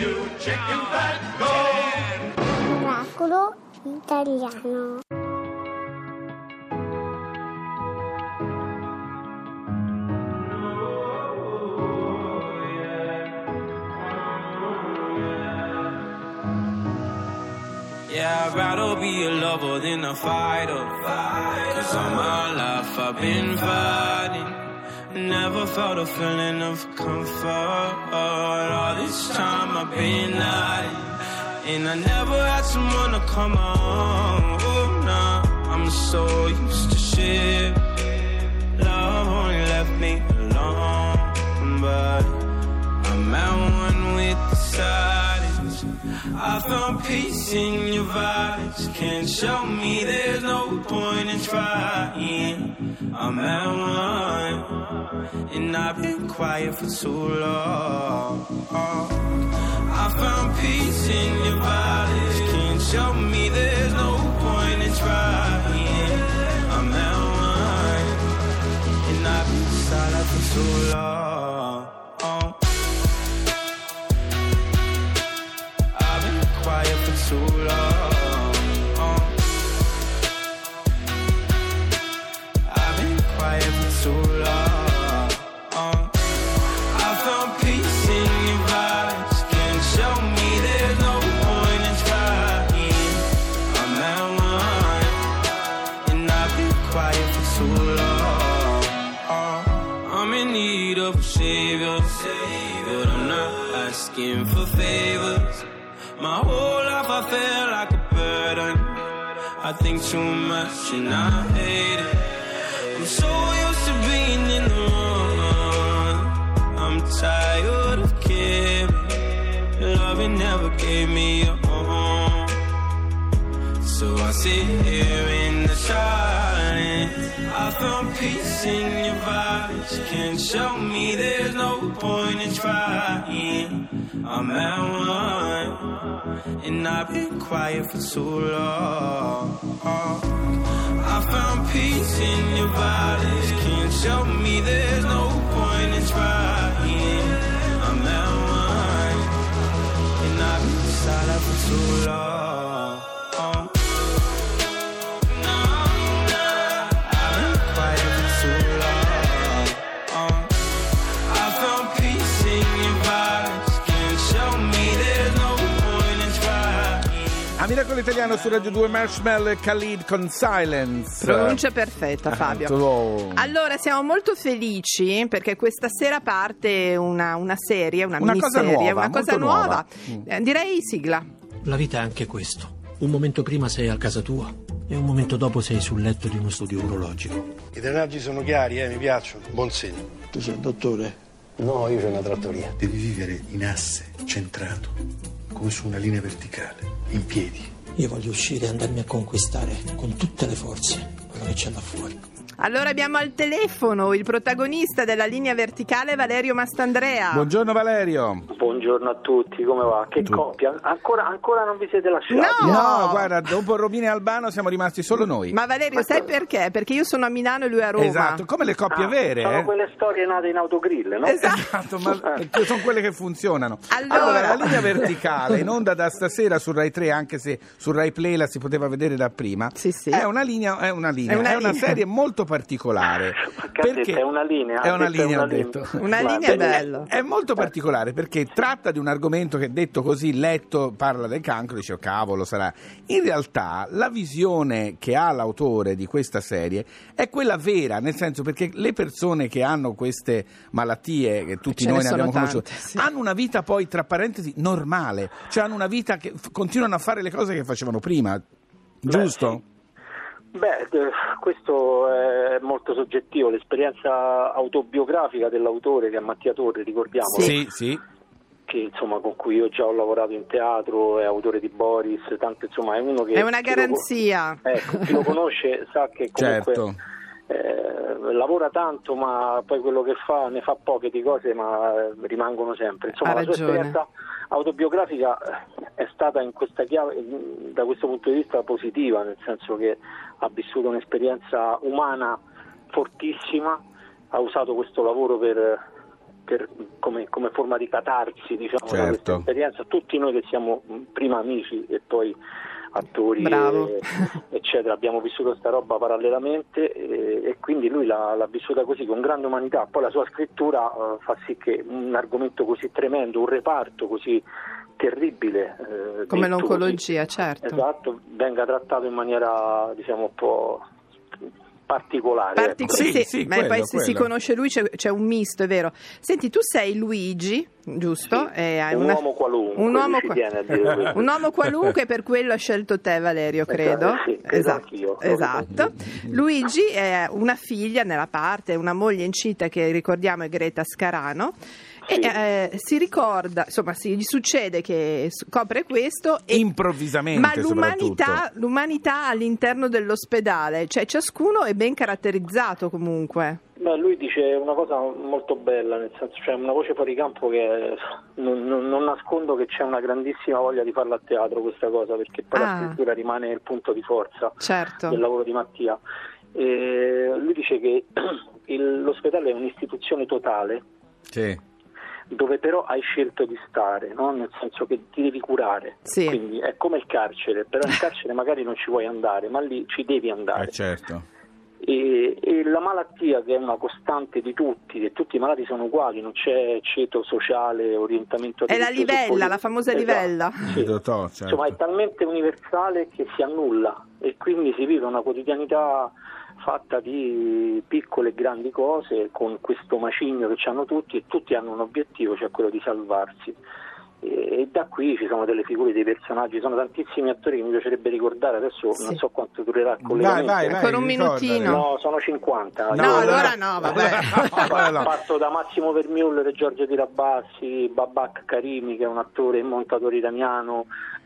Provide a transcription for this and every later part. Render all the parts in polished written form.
you chicken fat, go! Oracolo italiano. Yeah, I'd rather be a lover than a fighter. 'Cause all my life I've been fighting. Never felt a feeling of comfort. All this time I've been hiding. And I never had someone to come on. Oh, nah, I'm so used to shit. Love only left me alone. But I'm at one with the silence. I found peace in your vibes. Can't show me there's no point in trying. I'm at one, and I've been quiet for too long. I found peace in your vibes. Can't show me there's no point in trying. I'm at one, and I've been silent for too long. I've been quiet for too long. I've been quiet for too long. I found peace in your vibes. Can't show me there's no point in trying. I'm at one, and I've been quiet for too long. I'm in need of a savior, but I'm not asking for favors. My whole life I feel like a burden. I think too much and I hate it. I'm so used to being in the wrong. I'm tired of caring. Loving never gave me a home. So I sit here in the silence. I found peace in your vibes. Can't show me there's no point in trying. I'm at one, and I've been quiet for too long. I found peace in your vibes. Can't show me there's no point in trying. I'm at one, and I've been silent for too long. I've been quiet for too long. I found peace in your vibes. Can't show me there's no point in trying. A Miracolo Italiano su Radio 2, Marshmallow e Khalid con Silence. Pronuncia perfetta, Fabio. Oh. Allora, siamo molto felici perché questa sera parte una serie, una cosa miniserie, nuova, una cosa molto nuova. nuova. Direi sigla. La vita è anche questo. Un momento prima sei a casa tua e un momento dopo sei sul letto di uno studio urologico. I drenaggi sono chiari, mi piacciono. Buon segno. Tu sei il dottore? No, io c'ho una trattoria. Devi vivere in asse, centrato, come su una linea verticale, in piedi. Io voglio uscire e andarmi a conquistare con tutte le forze quello che c'è là fuori. Allora abbiamo al telefono il protagonista della linea verticale, Valerio Mastandrea. Buongiorno Valerio. Buongiorno a tutti, come va? Che coppia? Ancora non vi siete lasciati? No, guarda, dopo Romina e Albano siamo rimasti solo noi. Ma Valerio, sai perché? Perché io sono a Milano e lui a Roma. Esatto, come le coppie vere. Sono quelle storie nate in autogrill, no? Esatto, ma sono quelle che funzionano. Allora, la linea verticale in onda da stasera su Rai 3, anche se su Rai Play la si poteva vedere da prima. Sì. È una serie molto particolare. Perché è una linea. È una linea, ho detto. Una linea è bello. È molto particolare perché tratta di un argomento che, detto così, letto, parla del cancro, dice, oh, cavolo, sarà. In realtà la visione che ha l'autore di questa serie è quella vera, nel senso, perché le persone che hanno queste malattie, che tutti noi ne abbiamo conosciute, hanno una vita poi, tra parentesi, normale, cioè hanno una vita che continuano a fare le cose che facevano prima, giusto? Questo è molto soggettivo. L'esperienza autobiografica dell'autore, che è Mattia Torre, ricordiamo. Sì. Che insomma con cui io già ho lavorato in teatro, è autore di Boris, tanto insomma è uno che... È una garanzia. Chi lo conosce sa che comunque... Certo. Lavora tanto, ma poi quello che fa ne fa poche di cose, ma rimangono sempre. Insomma, la sua esperienza autobiografica è stata in questa chiave, da questo punto di vista, positiva, nel senso che ha vissuto un'esperienza umana fortissima, ha usato questo lavoro per come forma di catarsi, diciamo, certo, da questa esperienza. Tutti noi che siamo prima amici e poi attori, eccetera, abbiamo vissuto sta roba parallelamente e quindi lui l'ha vissuta così, con grande umanità. Poi la sua scrittura fa sì che un argomento così tremendo, un reparto così terribile come l'oncologia, certo, esatto, venga trattato in maniera, diciamo, un po' particolare. Sì, ma quello. Si conosce lui, c'è un misto, è vero. Senti, tu sei Luigi, giusto? Sì, uomo qualunque. Un uomo qualunque, per quello ha scelto te, Valerio, credo. Sì, esatto. Luigi è una figlia nella parte, una moglie incinte che ricordiamo è Greta Scarano. Sì. E si ricorda, insomma, gli succede che scopre questo improvvisamente, ma l'umanità all'interno dell'ospedale, cioè ciascuno è ben caratterizzato comunque. Beh, lui dice una cosa molto bella, nel senso, cioè una voce fuori campo che non nascondo che c'è una grandissima voglia di farla a teatro questa cosa, perché poi la scrittura rimane il punto di forza del lavoro di Mattia. E lui dice che l'ospedale è un'istituzione totale, sì, dove però hai scelto di stare, no? Nel senso che ti devi curare, sì, quindi è come il carcere, però in carcere magari non ci vuoi andare, ma lì ci devi andare. Certo. E la malattia, che è una costante di tutti, che tutti i malati sono uguali, non c'è ceto sociale, orientamento è la livella, la famosa livella, sì. Certo. Insomma è talmente universale che si annulla e quindi si vive una quotidianità fatta di piccole e grandi cose, con questo macigno che hanno tutti, e tutti hanno un obiettivo, cioè quello di salvarsi. E da qui ci sono delle figure, dei personaggi, sono tantissimi attori che mi piacerebbe ricordare, adesso non so quanto durerà il collegamento. Vai, ancora un minutino. No, sono 50. No, allora no, vabbè. Parto da Massimo Vermeuller e Giorgio Tirabassi, Babak Karimi, che è un attore e montatore italiano,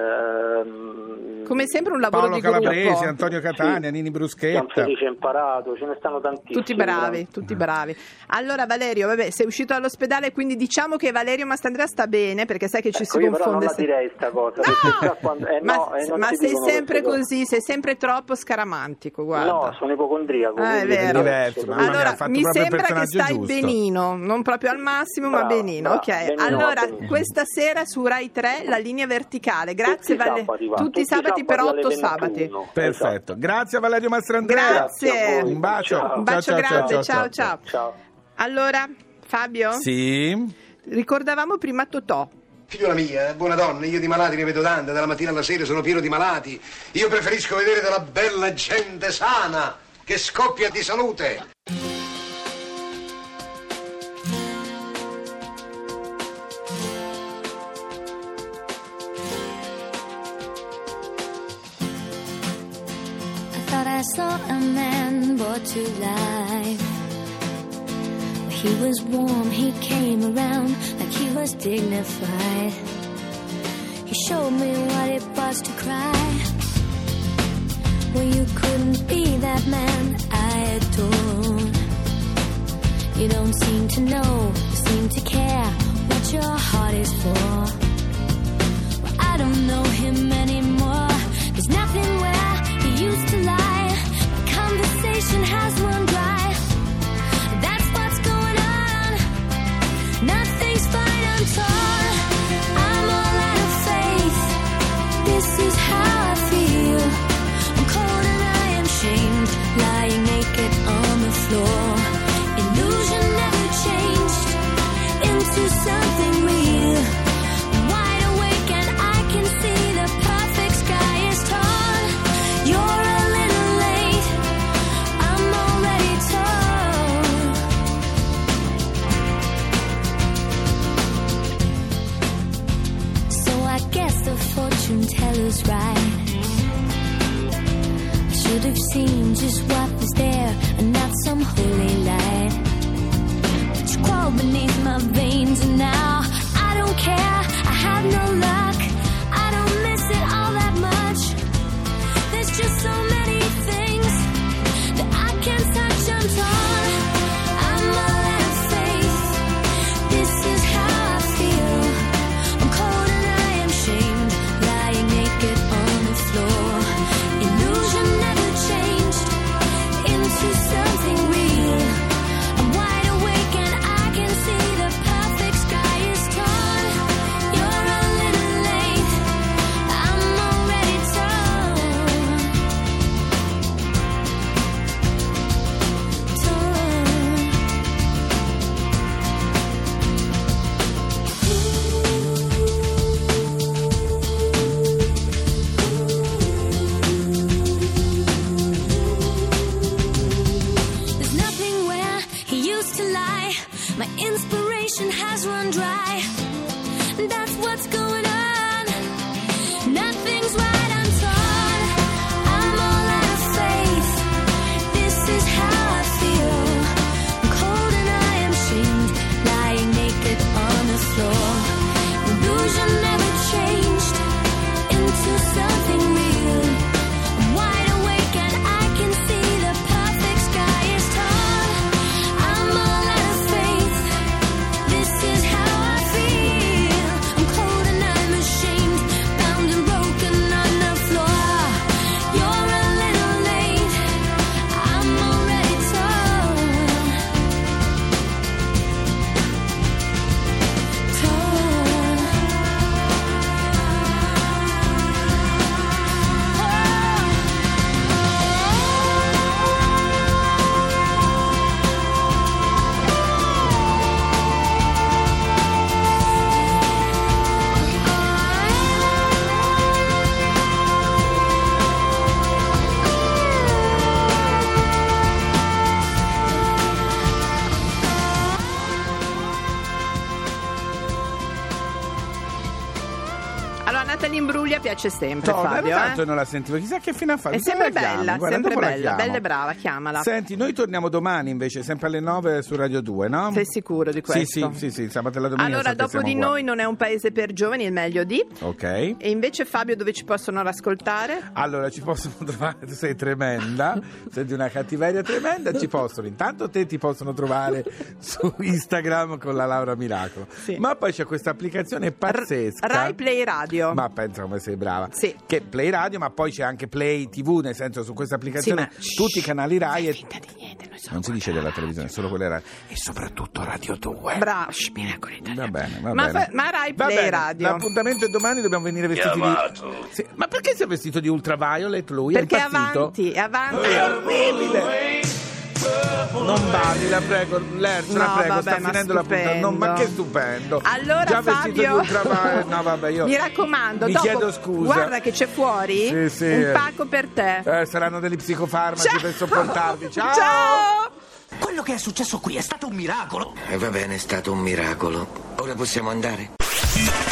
come sempre un lavoro Paolo di Calabresi, gruppo. Antonio Catania, Nini Bruschetta, Gianfelice Imparato, ce ne stanno tantissimi. Tutti bravi. Allora Valerio, sei uscito dall'ospedale, quindi diciamo che Valerio Mastandrea sta bene, perché sai che ci si confonde. Però non la direi sta cosa. Ma sei sempre così, sei sempre troppo scaramantico, guarda. No, sono ipocondriaco. È vero. Allora, mi sembra che stai benino, non proprio al massimo, ma benino. Ok, allora questa sera su Rai 3 La Linea Verticale. Grazie Valerio. Tutti i sabati per 8 sabati. Perfetto. Grazie a Valerio Mastandrea. Grazie. Un bacio. Un bacio grande. Ciao. Allora, Fabio? Sì. Ricordavamo prima Totò. Figliola mia, buona donna, io di malati ne vedo tante, dalla mattina alla sera sono pieno di malati. Io preferisco vedere della bella gente sana, che scoppia di salute. I thought I saw a man brought to life. He was warm, he came around like he was dignified. He showed me what it was to cry. Well, you couldn't be that man I adore. You don't seem to know, seem to care what your heart is for. Well, I don't know him anymore. There's nothing where he used to lie. My conversation has run dry. Nothing's fine, I'm torn. I'm all out of faith. This is how I feel. I'm cold and I am shamed, lying naked on the floor. Illusion never changed into something real. I'm wide awake and I can see the perfect sky is torn. You're a little late, I'm already torn. So I guess the fortune teller's right. I should have seen just what was there and not some holy light. But you crawled beneath my veins and now I don't care, I have no luck. I don't miss it all that much. There's just so many things that I can't touch, I'm torn. I'm all out of faith. This is how I feel. I'm cold and I am shamed, lying naked on the floor. Illusion never changed into something real. I'm wide awake and I can see the what's going on. Nothing's right, I'm torn. I'm all out of faith. This is how I feel. I'm cold and I am shamed, lying naked on the floor. Illusion never changed into something real. I'm wide awake and I can see the perfect sky is torn. I'm all out of faith. This is how I feel. I'm cold and I'm ashamed, bound and broken on the floor. You're a little late. I'm already torn. Allora, Natalie Imbruglia piace sempre, Ero Fabio. tanto non la sentivo, chissà che fine ha fatto. È sempre Dopo la chiamo, bella, guarda, sempre dopo la bella, chiamo. bella e brava, chiamala. Senti, noi torniamo domani invece, sempre alle 9 su Radio 2, no? Sei sicuro di questo? Sì, sabato e la domenica. Allora, dopo di noi non è un paese per giovani, il meglio di. Ok. E invece, Fabio, dove ci possono ascoltare? Allora, ci possono trovare, tu sei tremenda, sei di una cattiveria tremenda, ci possono, intanto te ti possono trovare su Instagram con la Laura Miracolo, Sì. ma poi c'è questa applicazione pazzesca, Rai Play Radio. ma pensa come sei brava, Sì. che Play Radio, ma poi c'è anche Play TV, nel senso su questa applicazione Sì, tutti i canali Rai Fai finta di niente, noi siamo non si dice della televisione, solo quelle Rai e soprattutto Radio 2. Bravo, miracoli italiani. Va bene, va Ma bene. ma Rai Va Play bene, Radio. l'appuntamento è domani, dobbiamo venire vestiti Sì, ma perché sei vestito di Ultraviolet lui? Perché è impazzito? è avanti. È orribile! Non balli, la prego, Lercio, la No, prego, vabbè, sta ma finendo la puntata. No, ma che stupendo! Allora, già vestito Fabio, di Ultraviolet, no vabbè, io mi raccomando, mi dopo, chiedo scusa. guarda che c'è fuori Sì, sì, un pacco per te. saranno degli psicofarmaci Ciao. per sopportarvi. Ciao! Ciao! Quello che è successo qui è stato un miracolo. Va bene, è stato un miracolo. Ora possiamo andare?